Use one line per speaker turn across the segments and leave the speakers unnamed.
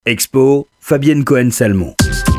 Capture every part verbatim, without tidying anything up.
Expo, Fabienne Cohen-Salmon.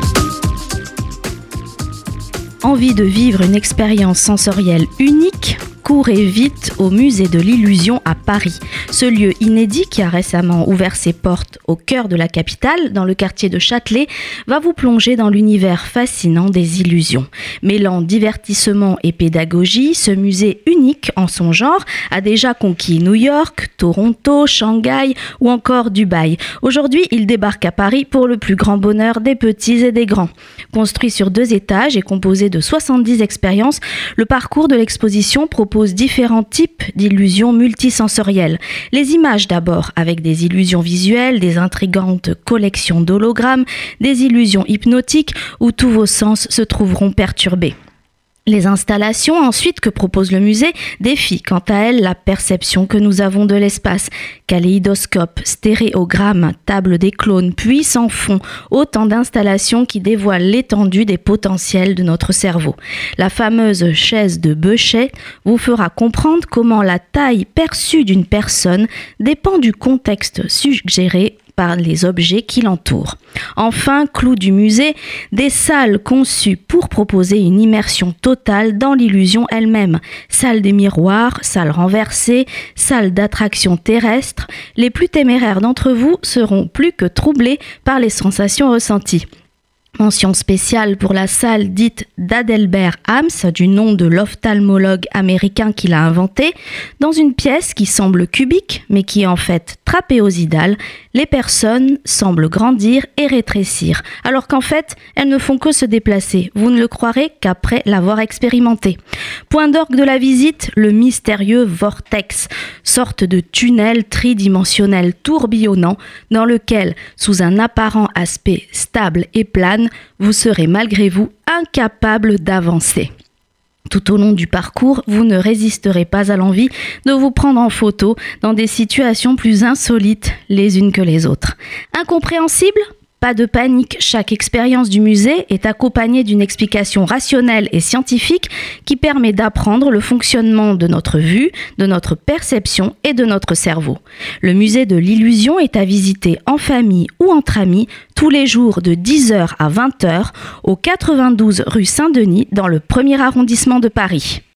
Envie de vivre une expérience sensorielle unique ? Courez vite au musée de l'illusion à Paris. Ce lieu inédit qui a récemment ouvert ses portes au cœur de la capitale, dans le quartier de Châtelet, va vous plonger dans l'univers fascinant des illusions. Mêlant divertissement et pédagogie, ce musée unique en son genre a déjà conquis New York, Toronto, Shanghai ou encore Dubaï. Aujourd'hui, il débarque à Paris pour le plus grand bonheur des petits et des grands. Construit sur deux étages et composé de soixante-dix expériences, le parcours de l'exposition propose différents types d'illusions multisensorielles. Les images d'abord, avec des illusions visuelles, des intrigantes collections d'hologrammes, des illusions hypnotiques où tous vos sens se trouveront perturbés. Les installations ensuite que propose le musée défient quant à elles la perception que nous avons de l'espace. Kaléidoscope, stéréogramme, table des clones, puis sans fond, autant d'installations qui dévoilent l'étendue des potentiels de notre cerveau. La fameuse chaise de Beuchet vous fera comprendre comment la taille perçue d'une personne dépend du contexte suggéré par les objets qui l'entourent. Enfin, clou du musée, des salles conçues pour proposer une immersion totale dans l'illusion elle-même. Salle des miroirs, salle renversée, salle d'attraction terrestre. Les plus téméraires d'entre vous seront plus que troublés par les sensations ressenties. Mention spéciale pour la salle dite d'Adelbert Hams, du nom de l'ophtalmologue américain qui l'a inventée. Dans une pièce qui semble cubique, mais qui est en fait trapézoïdale, les personnes semblent grandir et rétrécir, alors qu'en fait, elles ne font que se déplacer. Vous ne le croirez qu'après l'avoir expérimenté. Point d'orgue de la visite, le mystérieux vortex, sorte de tunnel tridimensionnel tourbillonnant dans lequel, sous un apparent aspect stable et plane, vous serez malgré vous incapable d'avancer. Tout au long du parcours, vous ne résisterez pas à l'envie de vous prendre en photo dans des situations plus insolites les unes que les autres. Incompréhensible ? Pas de panique, chaque expérience du musée est accompagnée d'une explication rationnelle et scientifique qui permet d'apprendre le fonctionnement de notre vue, de notre perception et de notre cerveau. Le musée de l'illusion est à visiter en famille ou entre amis tous les jours de dix heures à vingt heures au quatre-vingt-douze rue Saint-Denis dans le premier arrondissement de Paris.